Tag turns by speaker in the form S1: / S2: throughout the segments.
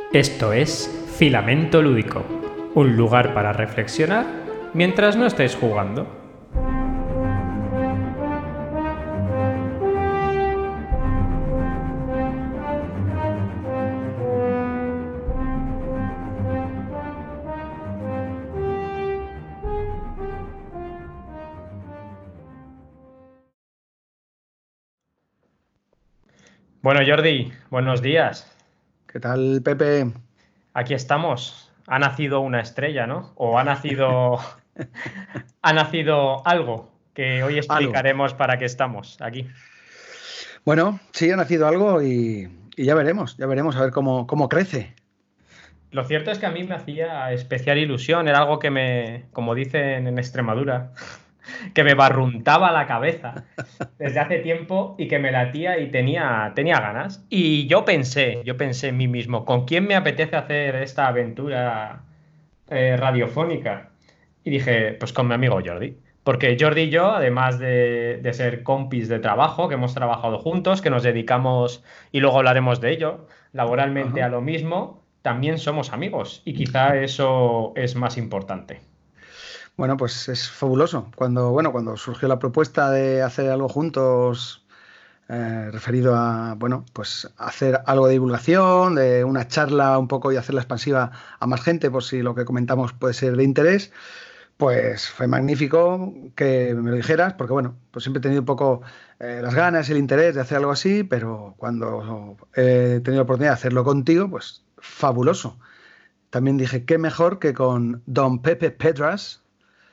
S1: Esto es Filamento Lúdico, un lugar para reflexionar mientras no estéis jugando. Bueno, Jordi, buenos días.
S2: ¿Qué tal, Pepe?
S1: Aquí estamos. Ha nacido una estrella, ¿no? O ha nacido algo que hoy
S2: Algo.
S1: explicaremos para qué estamos aquí.
S2: Bueno, sí, ha nacido algo y ya veremos a ver cómo crece.
S1: Lo cierto es que a mí me hacía especial ilusión, era algo que como dicen en Extremadura, que me barruntaba la cabeza desde hace tiempo y que me latía y tenía ganas. Y yo pensé en mí mismo, ¿con quién me apetece hacer esta aventura radiofónica? Y dije, pues con mi amigo Jordi. Porque Jordi y yo, además de ser compis de trabajo, que hemos trabajado juntos, que nos dedicamos, y luego hablaremos de ello, laboralmente
S2: Ajá.
S1: a lo mismo, también somos amigos. Y quizá eso es más importante.
S2: Bueno, pues es fabuloso. Cuando surgió la propuesta de hacer algo juntos, referido a, bueno, pues hacer algo de divulgación, de una charla un poco y hacerla expansiva a más gente, por si lo que comentamos puede ser de interés. Pues fue magnífico que me lo dijeras, porque bueno, pues siempre he tenido un poco las ganas y el interés de hacer algo así, pero cuando he tenido la oportunidad de hacerlo contigo, pues fabuloso. También dije, qué mejor que con Don Pepe Pedras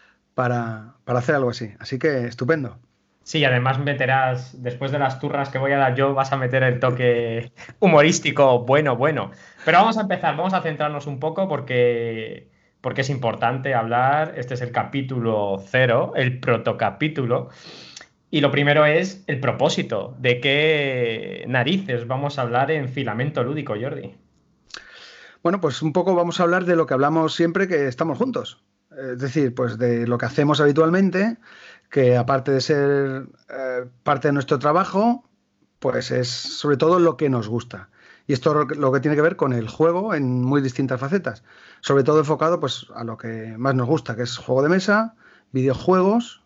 S2: para hacer algo así. Así que estupendo.
S1: Sí, además meterás, después de las turras que voy a dar yo, vas a meter el toque humorístico bueno. Pero vamos a empezar, vamos a centrarnos un poco porque es importante hablar. Este es el capítulo cero, el protocapítulo. Y lo primero es el propósito. ¿De qué narices vamos a hablar en Filamento Lúdico, Jordi?
S2: Bueno, pues un poco vamos a hablar de lo que hablamos siempre que estamos juntos. Es decir, pues de lo que hacemos habitualmente, que aparte de ser parte de nuestro trabajo, pues es sobre todo lo que nos gusta. Y esto lo que tiene que ver con el juego en muy distintas facetas. Sobre todo enfocado pues, a lo que más nos gusta, que es juego de mesa, videojuegos,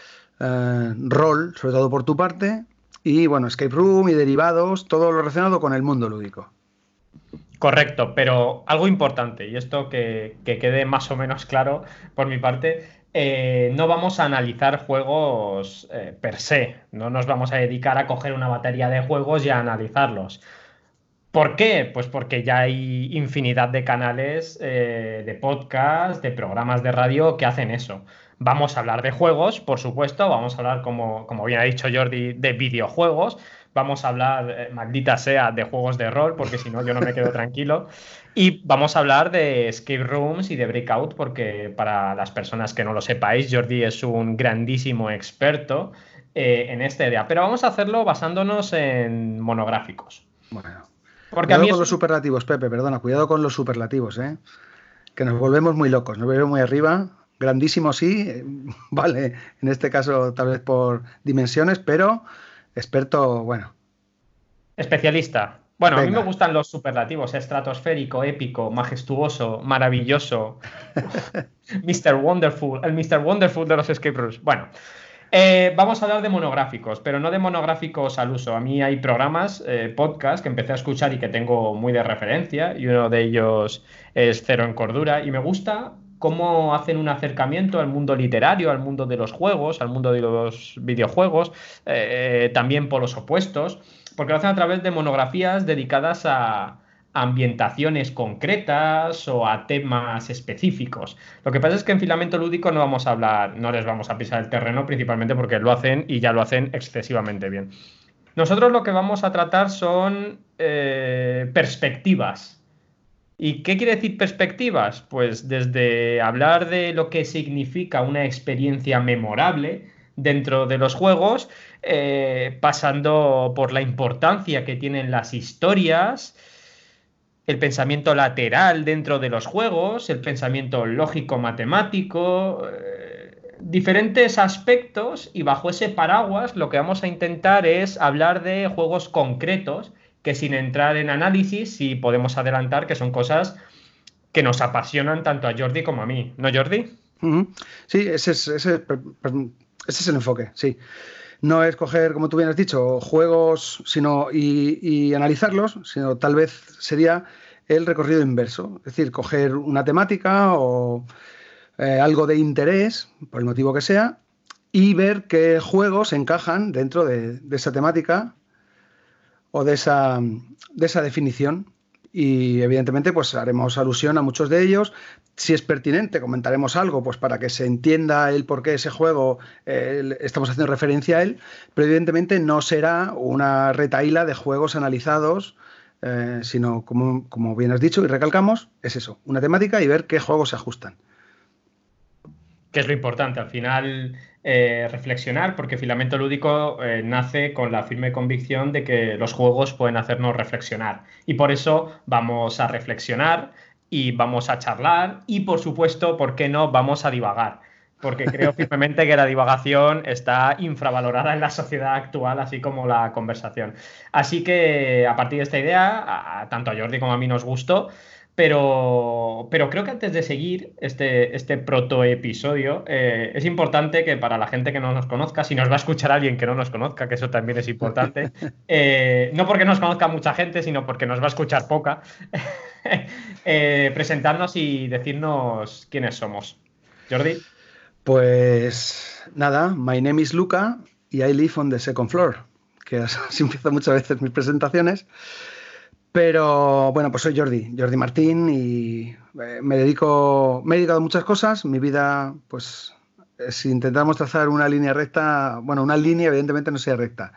S2: rol, sobre todo por tu parte, y bueno, escape room y derivados, todo lo relacionado con el mundo lúdico.
S1: Correcto, pero algo importante, y esto que quede más o menos claro por mi parte, no vamos a analizar juegos per se, no nos vamos a dedicar a coger una batería de juegos y a analizarlos. ¿Por qué? Pues porque ya hay infinidad de canales de podcast, de programas de radio que hacen eso. Vamos a hablar de juegos, por supuesto, vamos a hablar, como bien ha dicho Jordi, de videojuegos, vamos a hablar, maldita sea, de juegos de rol, porque si no yo no me quedo tranquilo, y vamos a hablar de escape rooms y de breakout, porque para las personas que no lo sepáis, Jordi es un grandísimo experto en esta idea, pero vamos a hacerlo basándonos en monográficos.
S2: Bueno,
S1: Porque a
S2: cuidado
S1: mí
S2: con
S1: es
S2: los
S1: un...
S2: superlativos, Pepe, perdona, cuidado con los superlativos, ¿eh? Que nos volvemos muy locos, nos vemos muy arriba, grandísimo sí, vale, en este caso tal vez por dimensiones, pero experto, bueno,
S1: especialista. Bueno, a mí me
S2: venga.
S1: gustan los superlativos, estratosférico, épico, majestuoso, maravilloso. Uf, Mr. Wonderful, el Mr. Wonderful de los escape rooms. Bueno, vamos a hablar de monográficos, pero no de monográficos al uso. A mí hay programas, podcast, que empecé a escuchar y que tengo muy de referencia, y uno de ellos es Cero en Cordura, y me gusta cómo hacen un acercamiento al mundo literario, al mundo de los juegos, al mundo de los videojuegos, también por los opuestos, porque lo hacen a través de monografías dedicadas a ambientaciones concretas o a temas específicos. Lo que pasa es que en Filamento Lúdico no vamos a hablar, no les vamos a pisar el terreno, principalmente porque lo hacen y ya lo hacen excesivamente bien. Nosotros lo que vamos a tratar son perspectivas. ¿Y qué quiere decir perspectivas? Pues desde hablar de lo que significa una experiencia memorable dentro de los juegos, pasando por la importancia que tienen las historias, el pensamiento lateral dentro de los juegos, el pensamiento lógico-matemático, diferentes aspectos, y bajo ese paraguas lo que vamos a intentar es hablar de juegos concretos que sin entrar en análisis sí podemos adelantar que son cosas que nos apasionan tanto a Jordi como a mí, ¿no, Jordi?
S2: Sí, ese es el enfoque, sí. No es coger, como tú bien has dicho, juegos y analizarlos, sino tal vez sería el recorrido inverso. Es decir, coger una temática o algo de interés, por el motivo que sea, y ver qué juegos encajan dentro de esa temática o de esa definición. Y evidentemente pues haremos alusión a muchos de ellos. Si es pertinente, comentaremos algo pues para que se entienda el por qué ese juego estamos haciendo referencia a él, pero evidentemente no será una retahíla de juegos analizados, sino como bien has dicho y recalcamos, es eso, una temática y ver qué juegos se ajustan.
S1: Que es lo importante, al final reflexionar, porque Filamento Lúdico nace con la firme convicción de que los juegos pueden hacernos reflexionar. Y por eso vamos a reflexionar y vamos a charlar y, por supuesto, ¿por qué no? Vamos a divagar. Porque creo firmemente que la divagación está infravalorada en la sociedad actual, así como la conversación. Así que, a partir de esta idea, tanto a Jordi como a mí nos gustó. Pero creo que antes de seguir este proto-episodio, es importante que para la gente que no nos conozca, si nos va a escuchar alguien que no nos conozca, que eso también es importante, no porque nos conozca mucha gente, sino porque nos va a escuchar poca, presentarnos y decirnos quiénes somos. Jordi.
S2: Pues nada, my name is Luca y I live on the second floor, que así empiezo muchas veces mis presentaciones. Pero bueno, pues soy Jordi Martín y me he dedicado a muchas cosas. Mi vida, pues si intentamos trazar una línea recta, bueno, una línea evidentemente no sería recta.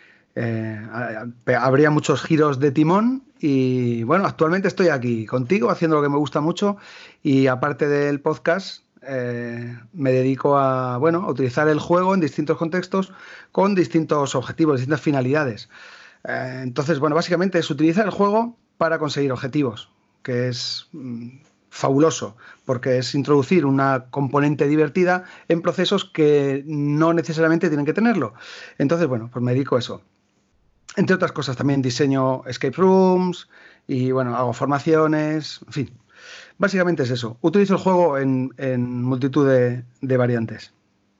S2: Habría muchos giros de timón y bueno, actualmente estoy aquí contigo haciendo lo que me gusta mucho y aparte del podcast me dedico a utilizar el juego en distintos contextos con distintos objetivos, distintas finalidades. Entonces, bueno, básicamente es utilizar el juego para conseguir objetivos, que es fabuloso, porque es introducir una componente divertida en procesos que no necesariamente tienen que tenerlo. Entonces, bueno, pues me dedico a eso. Entre otras cosas, también diseño escape rooms y, bueno, hago formaciones, en fin. Básicamente es eso. Utilizo el juego en multitud de variantes.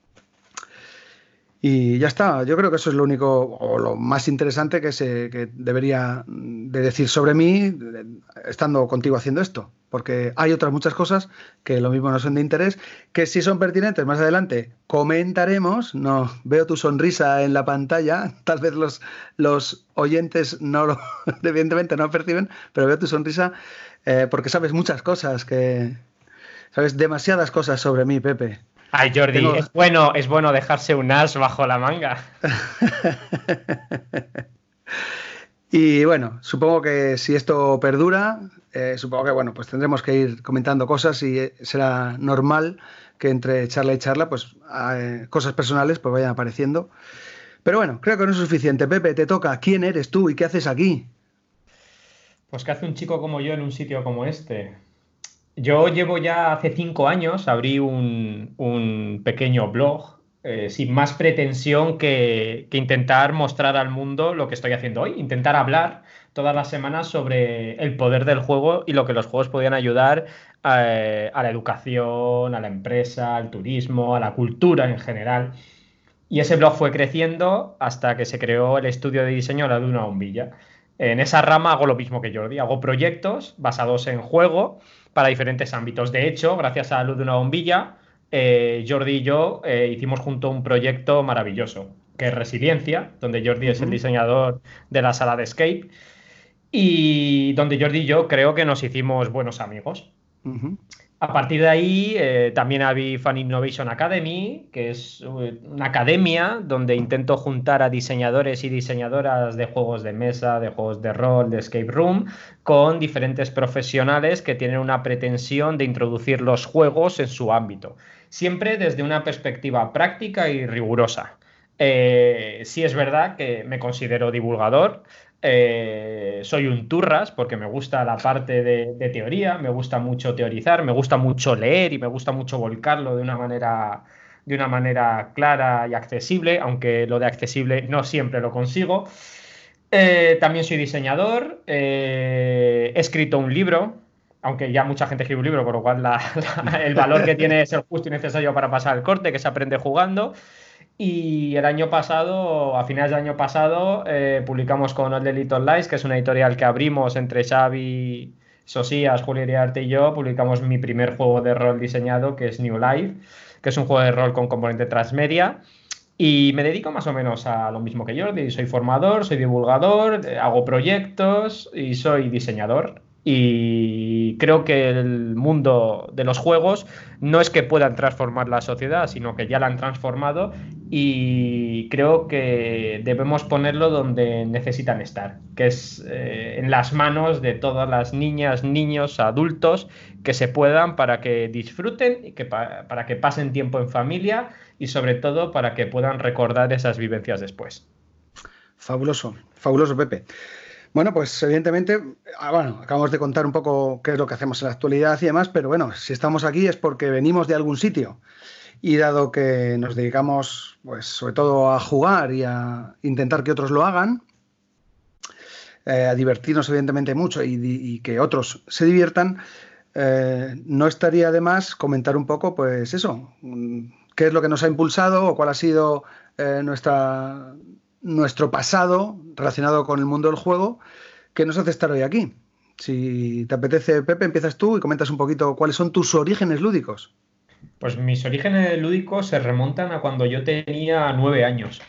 S2: Y ya está, yo creo que eso es lo único o lo más interesante que debería de decir sobre mí estando contigo haciendo esto, porque hay otras muchas cosas que lo mismo no son de interés, que si son pertinentes más adelante comentaremos. No veo tu sonrisa en la pantalla, tal vez los oyentes no lo, evidentemente no lo perciben, pero veo tu sonrisa porque sabes muchas cosas, sabes demasiadas cosas sobre mí, Pepe.
S1: Ay, Jordi, es bueno dejarse un as bajo la manga.
S2: Y bueno, supongo que si esto perdura, supongo que bueno, pues tendremos que ir comentando cosas y será normal que entre charla y charla, pues cosas personales pues vayan apareciendo. Pero bueno, creo que no es suficiente. Pepe, te toca. ¿Quién eres tú y qué haces aquí?
S1: Pues ¿qué hace un chico como yo en un sitio como este? Yo llevo ya hace 5 años, abrí un pequeño blog sin más pretensión que intentar mostrar al mundo lo que estoy haciendo hoy, intentar hablar todas las semanas sobre el poder del juego y lo que los juegos podían ayudar a la educación, a la empresa, al turismo, a la cultura en general. Y ese blog fue creciendo hasta que se creó el estudio de diseño La de una bombilla. En esa rama hago lo mismo que Jordi, hago proyectos basados en juego para diferentes ámbitos. De hecho, gracias a La Luz de una bombilla, Jordi y yo hicimos junto un proyecto maravilloso, que es Resiliencia, donde Jordi es el diseñador de la sala de escape y donde Jordi y yo creo que nos hicimos buenos amigos. A partir de ahí, también hay Fan Innovation Academy, que es una academia donde intento juntar a diseñadores y diseñadoras de juegos de mesa, de juegos de rol, de escape room, con diferentes profesionales que tienen una pretensión de introducir los juegos en su ámbito, siempre desde una perspectiva práctica y rigurosa. Sí es verdad que me considero divulgador. Soy un turras porque me gusta la parte de teoría, me gusta mucho teorizar, me gusta mucho leer y me gusta mucho volcarlo de una manera clara y accesible, aunque lo de accesible no siempre lo consigo. También soy diseñador, he escrito un libro, aunque ya mucha gente escribe un libro, por lo cual el valor que tiene es el justo y necesario para pasar el corte, que se aprende jugando. Y el año pasado, a finales del año pasado, publicamos con All the Little Lies, que es una editorial que abrimos entre Xavi Sosías, Julio Iriarte y yo, publicamos mi primer juego de rol diseñado, que es New Life, que es un juego de rol con componente transmedia. Y me dedico más o menos a lo mismo que Jordi. Soy formador, soy divulgador, hago proyectos y soy diseñador. Y creo que el mundo de los juegos no es que puedan transformar la sociedad, sino que ya la han transformado y creo que debemos ponerlo donde necesitan estar, que es en las manos de todas las niñas, niños, adultos que se puedan para que disfruten y que para que pasen tiempo en familia y sobre todo para que puedan recordar esas vivencias después.
S2: Fabuloso, fabuloso, Pepe. Bueno, pues evidentemente, bueno, acabamos de contar un poco qué es lo que hacemos en la actualidad y demás, pero bueno, si estamos aquí es porque venimos de algún sitio. Y dado que nos dedicamos, pues, sobre todo a jugar y a intentar que otros lo hagan, a divertirnos evidentemente mucho y que otros se diviertan, no estaría de más comentar un poco, pues eso, qué es lo que nos ha impulsado o cuál ha sido nuestro pasado relacionado con el mundo del juego que nos hace estar hoy aquí. Si te apetece, Pepe, empiezas tú y comentas un poquito cuáles son tus orígenes lúdicos.
S1: Pues mis orígenes lúdicos se remontan a cuando yo tenía 9 años.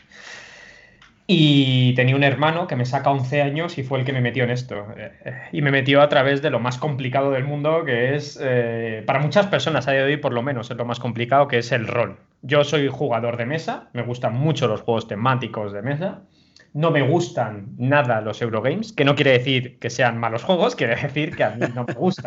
S1: Y tenía un hermano que me saca 11 años y fue el que me metió en esto. Y me metió a través de lo más complicado del mundo, que es, para muchas personas a día de hoy por lo menos, es lo más complicado, que es el rol. Yo soy jugador de mesa, me gustan mucho los juegos temáticos de mesa. No me gustan nada los Eurogames, que no quiere decir que sean malos juegos, quiere decir que a mí no me gustan.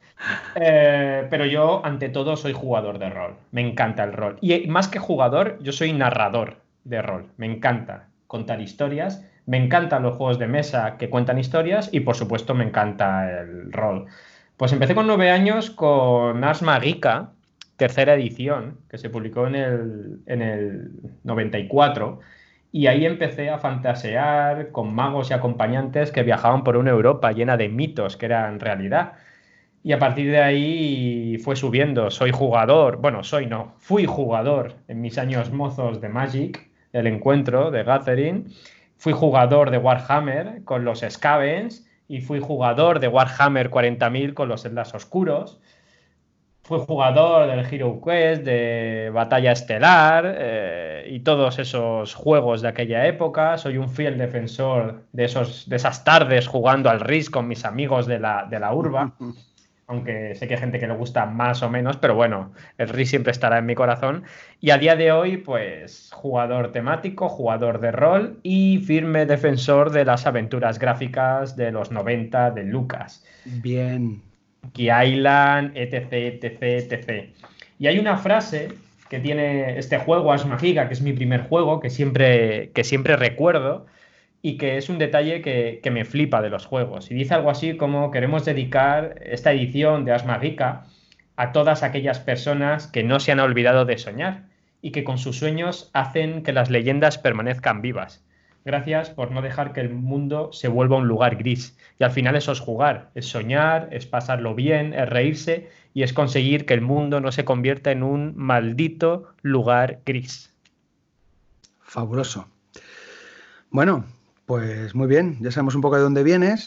S1: Pero yo, ante todo, soy jugador de rol. Me encanta el rol. Y más que jugador, yo soy narrador de rol. Me encanta contar historias. Me encantan los juegos de mesa que cuentan historias. Y, por supuesto, me encanta el rol. Pues empecé con 9 años con Ars Magica, tercera edición, que se publicó en el 94. Y ahí empecé a fantasear con magos y acompañantes que viajaban por una Europa llena de mitos que eran realidad. Y a partir de ahí fue subiendo. Soy jugador, bueno, fui jugador en mis años mozos de Magic, el encuentro de Gathering. Fui jugador de Warhammer con los Skavens y fui jugador de Warhammer 40.000 con los Atlas Oscuros. Fui jugador del Hero Quest, de Batalla Estelar y todos esos juegos de aquella época. Soy un fiel defensor de esas tardes jugando al Risk con mis amigos de la urba. Aunque sé que hay gente que le gusta más o menos, pero bueno, el RI siempre estará en mi corazón. Y a día de hoy, pues, jugador temático, jugador de rol y firme defensor de las aventuras gráficas de los 90 de Lucas.
S2: Bien.
S1: Key Island, etc, etc, etc. Y hay una frase que tiene este juego, Ars Magica, que es mi primer juego, que siempre recuerdo, y que es un detalle que me flipa de los juegos. Y dice algo así como: queremos dedicar esta edición de Ars Magica a todas aquellas personas que no se han olvidado de soñar y que con sus sueños hacen que las leyendas permanezcan vivas. Gracias por no dejar que el mundo se vuelva un lugar gris. Y al final eso es jugar, es soñar, es pasarlo bien, es reírse y es conseguir que el mundo no se convierta en un maldito lugar gris.
S2: Fabuloso. Bueno, pues muy bien, ya sabemos un poco de dónde vienes.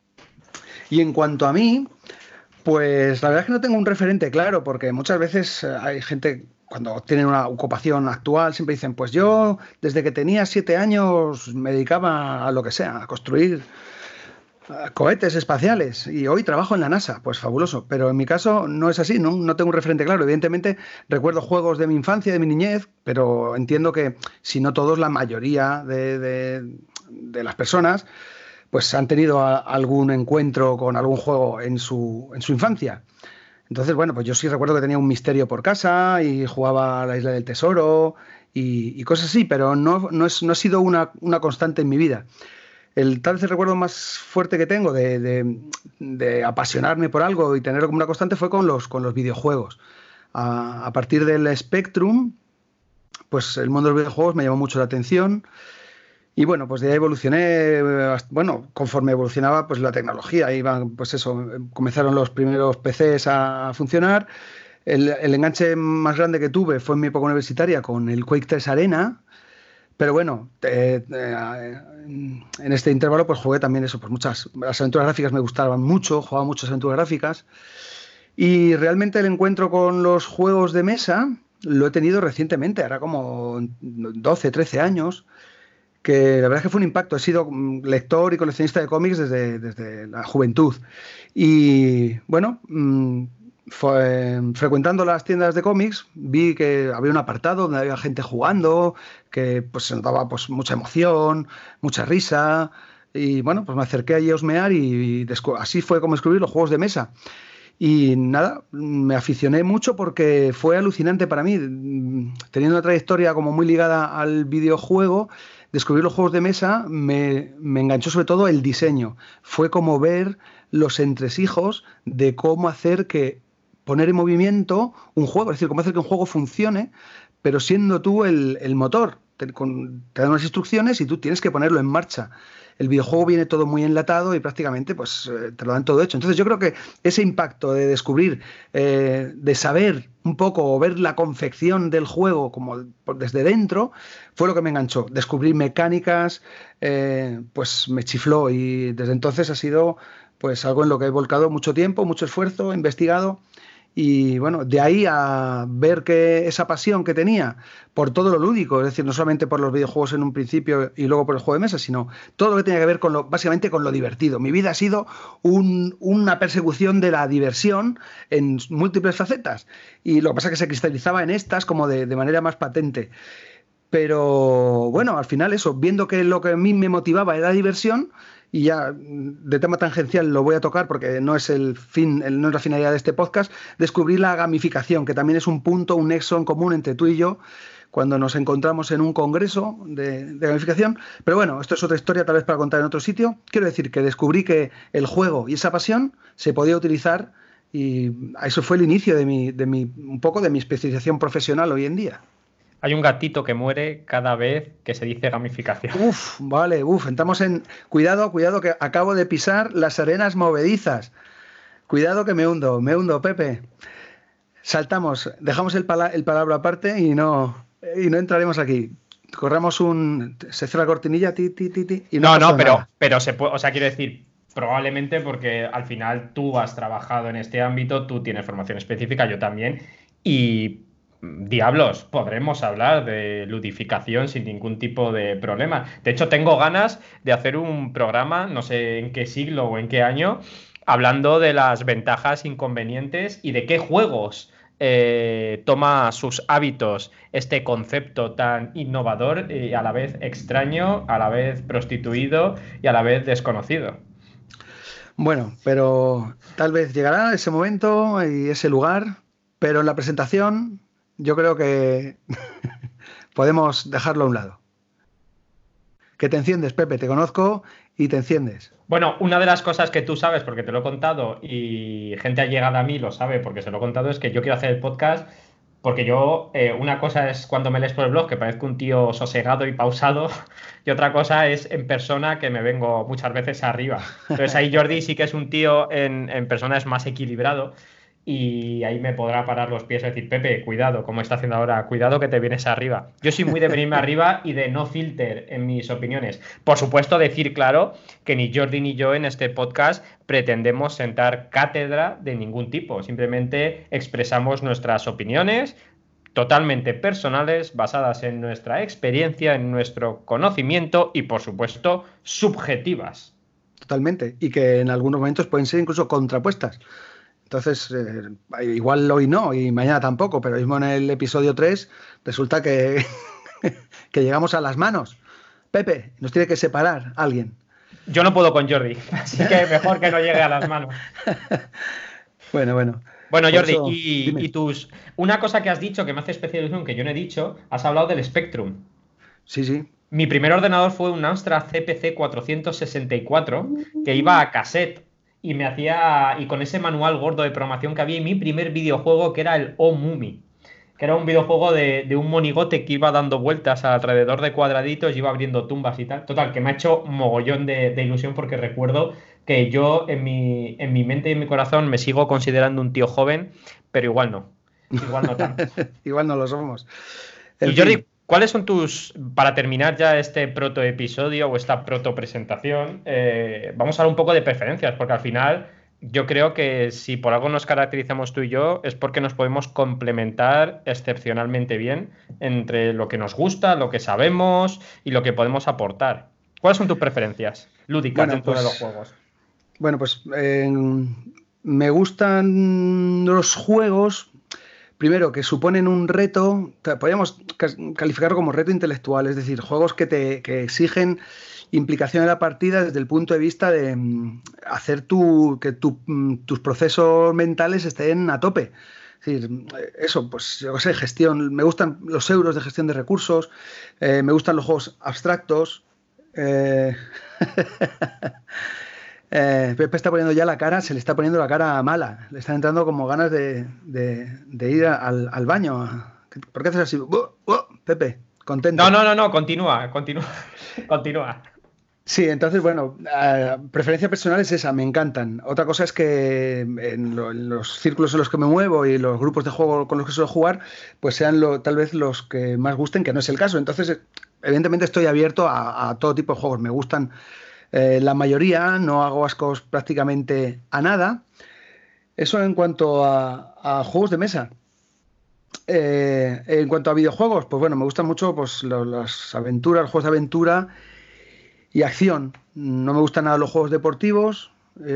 S2: Y en cuanto a mí, pues la verdad es que no tengo un referente claro, porque muchas veces hay gente, cuando tienen una ocupación actual, siempre dicen, pues yo desde que tenía 7 años me dedicaba a lo que sea, a construir cohetes espaciales y hoy trabajo en la NASA. Pues fabuloso, pero en mi caso no es así, no tengo un referente claro. Evidentemente recuerdo juegos de mi infancia, de mi niñez, pero entiendo que si no todos, la mayoría de las personas pues han tenido algún encuentro con algún juego en su infancia. Entonces, bueno, pues yo sí recuerdo que tenía un misterio por casa y jugaba a la Isla del Tesoro y cosas así, pero no ha sido una constante en mi vida. Tal vez el recuerdo más fuerte que tengo de apasionarme por algo y tenerlo como una constante fue con los videojuegos. A partir del Spectrum, pues el mundo de los videojuegos me llamó mucho la atención Y bueno, pues de ahí evolucioné, bueno, conforme evolucionaba pues la tecnología, iban, pues eso, comenzaron los primeros PCs a funcionar. El enganche más grande que tuve fue en mi época universitaria con el Quake 3 Arena, pero bueno, en este intervalo pues jugué también eso, pues las aventuras gráficas me gustaban mucho, jugaba muchas aventuras gráficas y realmente el encuentro con los juegos de mesa lo he tenido recientemente, ahora como 12, 13 años, que la verdad es que fue un impacto. He sido lector y coleccionista de cómics desde la juventud. Y bueno, frecuentando las tiendas de cómics, vi que había un apartado donde había gente jugando, que pues se notaba pues mucha emoción, mucha risa. Y bueno, pues me acerqué allí a husmear y así fue como descubrí los juegos de mesa. Y nada, me aficioné mucho porque fue alucinante para mí. Teniendo una trayectoria como muy ligada al videojuego, descubrir los juegos de mesa me enganchó sobre todo el diseño. Fue como ver los entresijos de cómo hacer que poner en movimiento un juego, es decir, cómo hacer que un juego funcione, pero siendo tú el motor. Te dan unas instrucciones y tú tienes que ponerlo en marcha. El videojuego viene todo muy enlatado y prácticamente pues te lo dan todo hecho. Entonces yo creo que ese impacto de descubrir, de saber un poco o ver la confección del juego como desde dentro, fue lo que me enganchó. Descubrir mecánicas, pues me chifló y desde entonces ha sido pues algo en lo que he volcado mucho tiempo, mucho esfuerzo, he investigado. Y bueno, de ahí a ver que esa pasión que tenía por todo lo lúdico, es decir, no solamente por los videojuegos en un principio y luego por el juego de mesa, sino todo lo que tenía que ver básicamente con lo divertido. Mi vida ha sido una persecución de la diversión en múltiples facetas. Y lo que pasa es que se cristalizaba en estas como de manera más patente. Pero bueno, al final eso, viendo que lo que a mí me motivaba era la diversión, y ya de tema tangencial lo voy a tocar porque no es el fin, no es la finalidad de este podcast, descubrí la gamificación, que también es un punto, un nexo en común entre tú y yo cuando nos encontramos en un congreso de gamificación. Pero bueno, esto es otra historia tal vez para contar en otro sitio. Quiero decir que descubrí que el juego y esa pasión se podía utilizar y eso fue el inicio un poco de mi especialización profesional hoy en día.
S1: Hay un gatito que muere cada vez que se dice gamificación.
S2: Vale, entramos en... Cuidado, que acabo de pisar las arenas movedizas. Cuidado que me hundo, Pepe. Saltamos, dejamos el palabra aparte y no entraremos aquí. Se cierra la cortinilla, y no pasa nada.
S1: Pero se puede, o sea, quiero decir, probablemente porque al final tú has trabajado en este ámbito, tú tienes formación específica, yo también, y diablos, podremos hablar de ludificación sin ningún tipo de problema. De hecho, tengo ganas de hacer un programa, no sé en qué siglo o en qué año, hablando de las ventajas, inconvenientes y de qué juegos toma sus hábitos este concepto tan innovador y a la vez extraño, a la vez prostituido y a la vez desconocido.
S2: Bueno, pero tal vez llegará ese momento y ese lugar, pero en la presentación yo creo que podemos dejarlo a un lado. Que te enciendes, Pepe, te conozco y te enciendes.
S1: Bueno, una de las cosas que tú sabes, porque te lo he contado y gente allegada a mí lo sabe porque se lo he contado, es que yo quiero hacer el podcast porque yo, una cosa es cuando me lees por el blog, que parezco un tío sosegado y pausado, y otra cosa es en persona, que me vengo muchas veces arriba. Entonces ahí Jordi sí que es un tío en persona es más equilibrado y ahí me podrá parar los pies y decir, Pepe, cuidado, como está haciendo ahora, cuidado que te vienes arriba. Yo soy muy de venirme arriba y de no filter en mis opiniones. Por supuesto, decir claro que ni Jordi ni yo en este podcast pretendemos sentar cátedra de ningún tipo, simplemente expresamos nuestras opiniones totalmente personales, basadas en nuestra experiencia, en nuestro conocimiento y, por supuesto, subjetivas.
S2: Totalmente, y que en algunos momentos pueden ser incluso contrapuestas. Entonces, igual hoy no y mañana tampoco, pero mismo en el episodio 3 resulta que, que llegamos a las manos. Pepe, nos tiene que separar alguien.
S1: Yo no puedo con Jordi, así que mejor que no llegue a las manos.
S2: Bueno.
S1: Bueno, Jordi, eso, y tus... Una cosa que has dicho que me hace especial ilusión, que yo no he dicho, has hablado del Spectrum.
S2: Sí.
S1: Mi primer ordenador fue un Amstrad CPC 464 que iba a cassette y me hacía... Y con ese manual gordo de programación que había, y mi primer videojuego que era el O-Mumi. que era un videojuego de un monigote que iba dando vueltas alrededor de cuadraditos y iba abriendo tumbas y tal. Total, que me ha hecho mogollón de ilusión porque recuerdo que yo en mi mente y en mi corazón me sigo considerando un tío joven, pero igual no tanto.
S2: Igual no lo somos. En
S1: Y
S2: fin,
S1: Jordi, ¿cuáles son para terminar ya este proto episodio o esta proto presentación, vamos a hablar un poco de preferencias, porque al final yo creo que si por algo nos caracterizamos tú y yo es porque nos podemos complementar excepcionalmente bien entre lo que nos gusta, lo que sabemos y lo que podemos aportar. ¿Cuáles son tus preferencias lúdicas
S2: bueno,
S1: dentro de los
S2: pues,
S1: juegos?
S2: bueno, pues me gustan los juegos. Primero, que suponen un reto, podríamos calificarlo como reto intelectual, es decir, juegos que exigen implicación en la partida desde el punto de vista de hacer tus procesos mentales estén a tope. Es decir, eso, pues yo qué sé, gestión, me gustan los euros de gestión de recursos, me gustan los juegos abstractos. eh, Pepe está poniendo ya la cara, se le está poniendo la cara mala. Le están entrando como ganas de ir al baño. ¿Por qué haces así? Pepe,
S1: No,
S2: contento.
S1: no, no, no, continúa, continúa, continúa.
S2: Sí, entonces, bueno, preferencia personal es esa, me encantan. Otra cosa es que en los círculos en los que me muevo y los grupos de juego con los que suelo jugar, pues sean tal vez los que más gusten, que no es el caso. Entonces, evidentemente estoy abierto a todo tipo de juegos. Me gustan la mayoría, no hago ascos prácticamente a nada. Eso en cuanto a juegos de mesa. En cuanto a videojuegos, pues bueno, me gustan mucho pues, las aventuras, los juegos de aventura y acción. No me gustan nada los juegos deportivos.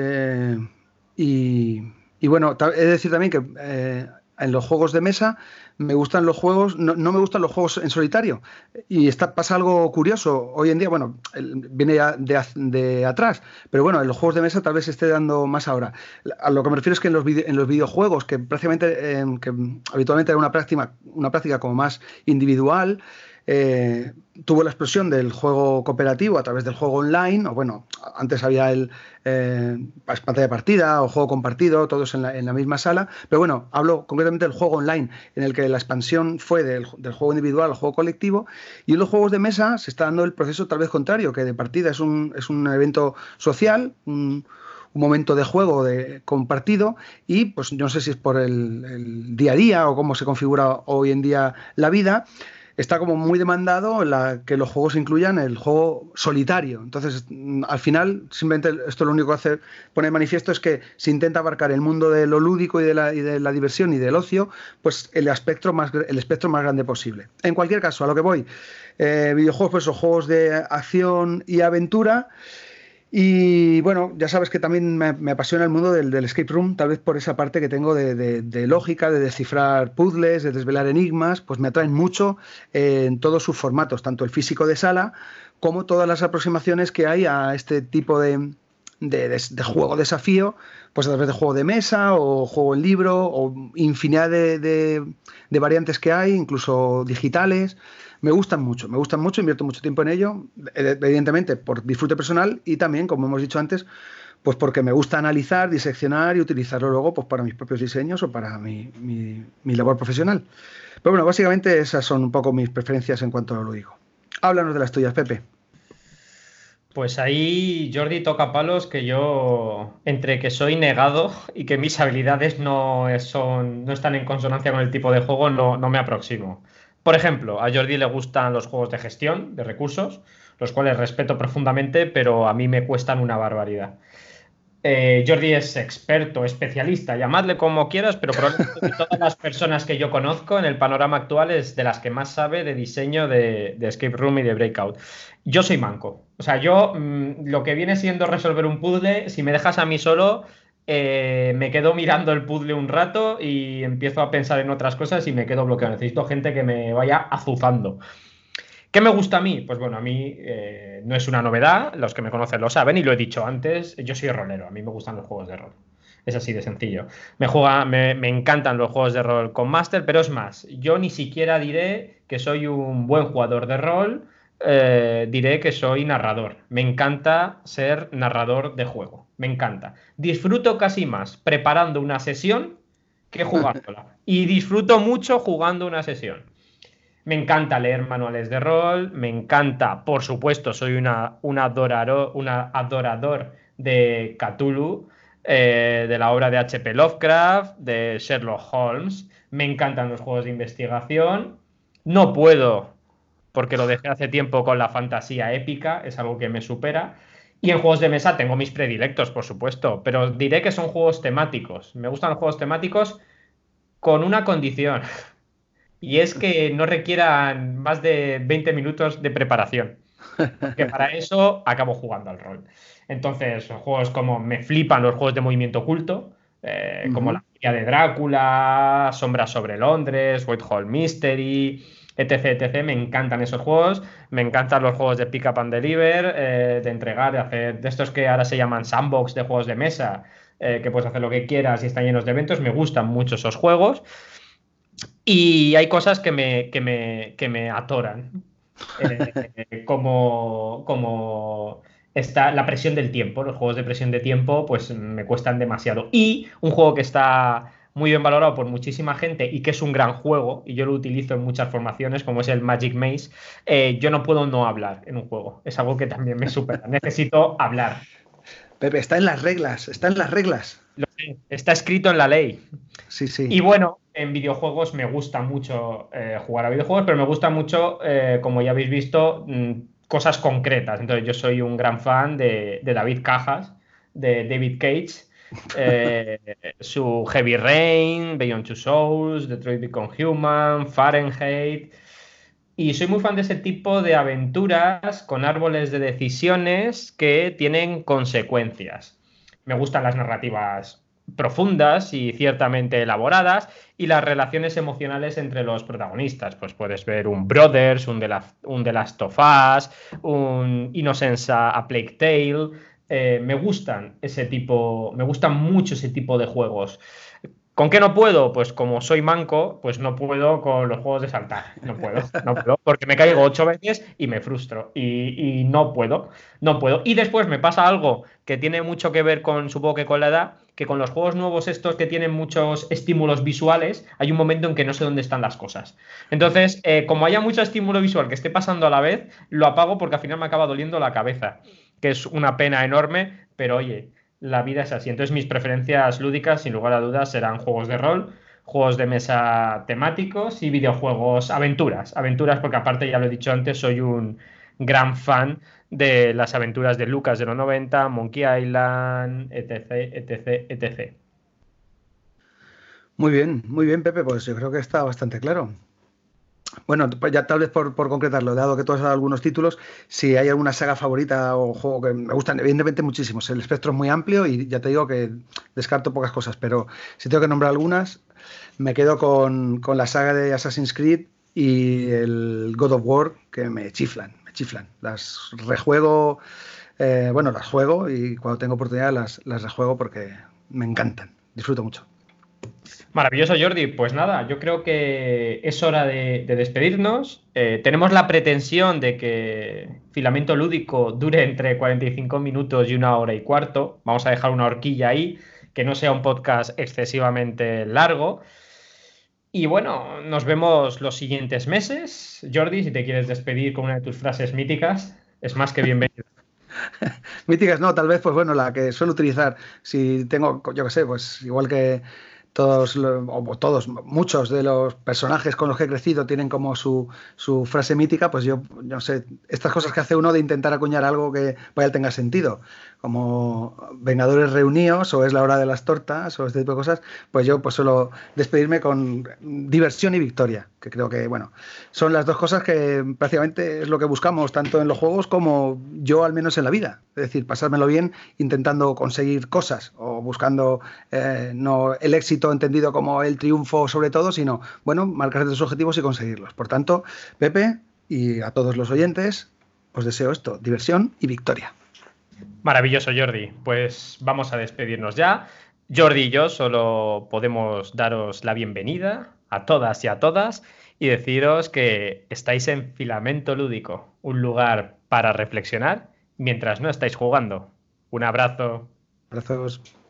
S2: Y, y bueno, he de decir también que en los juegos de mesa me gustan los juegos, no me gustan los juegos en solitario. Y pasa algo curioso. Hoy en día, bueno, viene ya de atrás, pero bueno, en los juegos de mesa tal vez se esté dando más ahora. A lo que me refiero es que en los videojuegos, que prácticamente, que habitualmente era una práctica como más individual, tuvo la explosión del juego cooperativo a través del juego online, o bueno, antes había el pantalla de partida o juego compartido, todos en la misma sala, pero bueno, hablo concretamente del juego online, en el que la expansión fue del juego individual al juego colectivo, y en los juegos de mesa se está dando el proceso tal vez contrario, que de partida es un evento social, un momento de juego compartido y pues yo no sé si es por el día a día o cómo se configura hoy en día la vida, está como muy demandado que los juegos incluyan el juego solitario. Entonces, al final, simplemente esto lo único que hace poner de manifiesto es que se intenta abarcar el mundo de lo lúdico y de la diversión y del ocio, pues el espectro más grande posible. En cualquier caso, a lo que voy, videojuegos, pues o juegos de acción y aventura. Y bueno, ya sabes que también me apasiona el mundo del escape room, tal vez por esa parte que tengo de lógica, de descifrar puzzles, de desvelar enigmas, pues me atraen mucho en todos sus formatos, tanto el físico de sala como todas las aproximaciones que hay a este tipo de juego desafío, pues a través de juego de mesa o juego en libro o infinidad de variantes que hay, incluso digitales. Me gustan mucho, invierto mucho tiempo en ello, evidentemente por disfrute personal y también, como hemos dicho antes, pues porque me gusta analizar, diseccionar y utilizarlo luego pues para mis propios diseños o para mi labor profesional. Pero bueno, básicamente esas son un poco mis preferencias en cuanto a lo lúdico. Háblanos de las tuyas, Pepe.
S1: Pues ahí Jordi toca palos que yo, entre que soy negado y que mis habilidades no están en consonancia con el tipo de juego, no me aproximo. Por ejemplo, a Jordi le gustan los juegos de gestión de recursos, los cuales respeto profundamente, pero a mí me cuestan una barbaridad. Jordi es experto, especialista, llamadle como quieras, pero probablemente de todas las personas que yo conozco en el panorama actual es de las que más sabe de diseño de escape room y de breakout. Yo soy manco. O sea, yo lo que viene siendo resolver un puzzle, si me dejas a mí solo, me quedo mirando el puzzle un rato y empiezo a pensar en otras cosas y me quedo bloqueado. Necesito gente que me vaya azuzando. ¿Qué me gusta a mí? Pues bueno, a mí no es una novedad, los que me conocen lo saben y lo he dicho antes, yo soy rolero, a mí me gustan los juegos de rol. Es así de sencillo. Me encantan los juegos de rol con Master, pero es más, yo ni siquiera diré que soy un buen jugador de rol, diré que soy narrador. Me encanta ser narrador de juego, me encanta. Disfruto casi más preparando una sesión que jugándola. Y disfruto mucho jugando una sesión. Me encanta leer manuales de rol, me encanta, por supuesto, soy un adorador de Cthulhu, de la obra de H.P. Lovecraft, de Sherlock Holmes. Me encantan los juegos de investigación. No puedo, porque lo dejé hace tiempo con la fantasía épica, es algo que me supera. Y en juegos de mesa tengo mis predilectos, por supuesto, pero diré que son juegos temáticos. Me gustan los juegos temáticos con una condición. Y es que no requieran más de 20 minutos de preparación, porque para eso acabo jugando al rol. Entonces, juegos como me flipan los juegos de movimiento oculto, como La Furia de Drácula, Sombras sobre Londres, Whitehall Mystery, etc, etc. Me encantan esos juegos, me encantan los juegos de pick up and deliver, de entregar, de hacer, de estos que ahora se llaman sandbox de juegos de mesa, que puedes hacer lo que quieras y están llenos de eventos. Me gustan mucho esos juegos. Y hay cosas que me atoran, como está la presión del tiempo. Los juegos de presión de tiempo pues me cuestan demasiado. Y un juego que está muy bien valorado por muchísima gente y que es un gran juego, y yo lo utilizo en muchas formaciones, como es el Magic Maze. Yo no puedo no hablar en un juego. Es algo que también me supera. Necesito hablar.
S2: Pepe, está en las reglas, está en las reglas.
S1: Lo sé, está escrito en la ley.
S2: Sí, sí.
S1: Y bueno, en videojuegos me gusta mucho jugar a videojuegos, pero me gusta mucho, como ya habéis visto, cosas concretas. Entonces yo soy un gran fan de David Cajas, de David Cage, eh, su Heavy Rain, Beyond Two Souls, Detroit Become Human, Fahrenheit. Y soy muy fan de ese tipo de aventuras con árboles de decisiones que tienen consecuencias. Me gustan las narrativas profundas y ciertamente elaboradas, y las relaciones emocionales entre los protagonistas. Pues puedes ver un Brothers, un The Last of Us, un Innocence a Plague Tale. Me gustan mucho ese tipo de juegos. ¿Con qué no puedo? Pues como soy manco, pues no puedo con los juegos de saltar. No puedo, porque me caigo 8 veces y me frustro. Y no puedo. Y después me pasa algo que tiene mucho que ver con, supongo que con la edad, que con los juegos nuevos estos que tienen muchos estímulos visuales, hay un momento en que no sé dónde están las cosas. Entonces, como haya mucho estímulo visual que esté pasando a la vez, lo apago porque al final me acaba doliendo la cabeza, que es una pena enorme, pero oye, la vida es así. Entonces mis preferencias lúdicas, sin lugar a dudas, serán juegos de rol, juegos de mesa temáticos y videojuegos aventuras. Aventuras porque aparte, ya lo he dicho antes, soy un gran fan de las aventuras de Lucas de los 90, Monkey Island, etc, etc, etc.
S2: Muy bien, Pepe, pues yo creo que está bastante claro. Bueno, pues ya tal vez por concretarlo, dado que tú has dado algunos títulos, si hay alguna saga favorita o juego que me gustan, evidentemente muchísimos. El espectro es muy amplio y ya te digo que descarto pocas cosas, pero si tengo que nombrar algunas, me quedo con la saga de Assassin's Creed y el God of War, que me chiflan, me chiflan. Las rejuego, bueno, las juego y cuando tengo oportunidad las rejuego porque me encantan, disfruto mucho.
S1: Maravilloso, Jordi. Pues nada, yo creo que es hora de despedirnos. Tenemos la pretensión de que Filamento Lúdico dure entre 45 minutos y 1 hora y cuarto. Vamos a dejar una horquilla ahí, que no sea un podcast excesivamente largo. Y bueno, nos vemos los siguientes meses. Jordi, si te quieres despedir con una de tus frases míticas, es más que bienvenido.
S2: Míticas, no, tal vez, pues bueno, la que suelo utilizar, si tengo, yo qué sé, pues igual que todos, muchos de los personajes con los que he crecido tienen como su frase mítica, pues yo no sé, estas cosas que hace uno de intentar acuñar algo que vaya tenga sentido, como Vengadores reunidos, o es la hora de las tortas, o este tipo de cosas, pues yo pues suelo despedirme con diversión y victoria, que creo que, bueno, son las dos cosas que prácticamente es lo que buscamos, tanto en los juegos como yo al menos en la vida, es decir, pasármelo bien intentando conseguir cosas, o buscando no el éxito entendido como el triunfo sobre todo, sino, bueno, marcar tus objetivos y conseguirlos. Por tanto, Pepe y a todos los oyentes, os deseo esto, diversión y victoria.
S1: Maravilloso, Jordi. Pues vamos a despedirnos ya. Jordi y yo solo podemos daros la bienvenida a todas y a todas y deciros que estáis en Filamento Lúdico, un lugar para reflexionar mientras no estáis jugando. Un abrazo.
S2: Abrazos.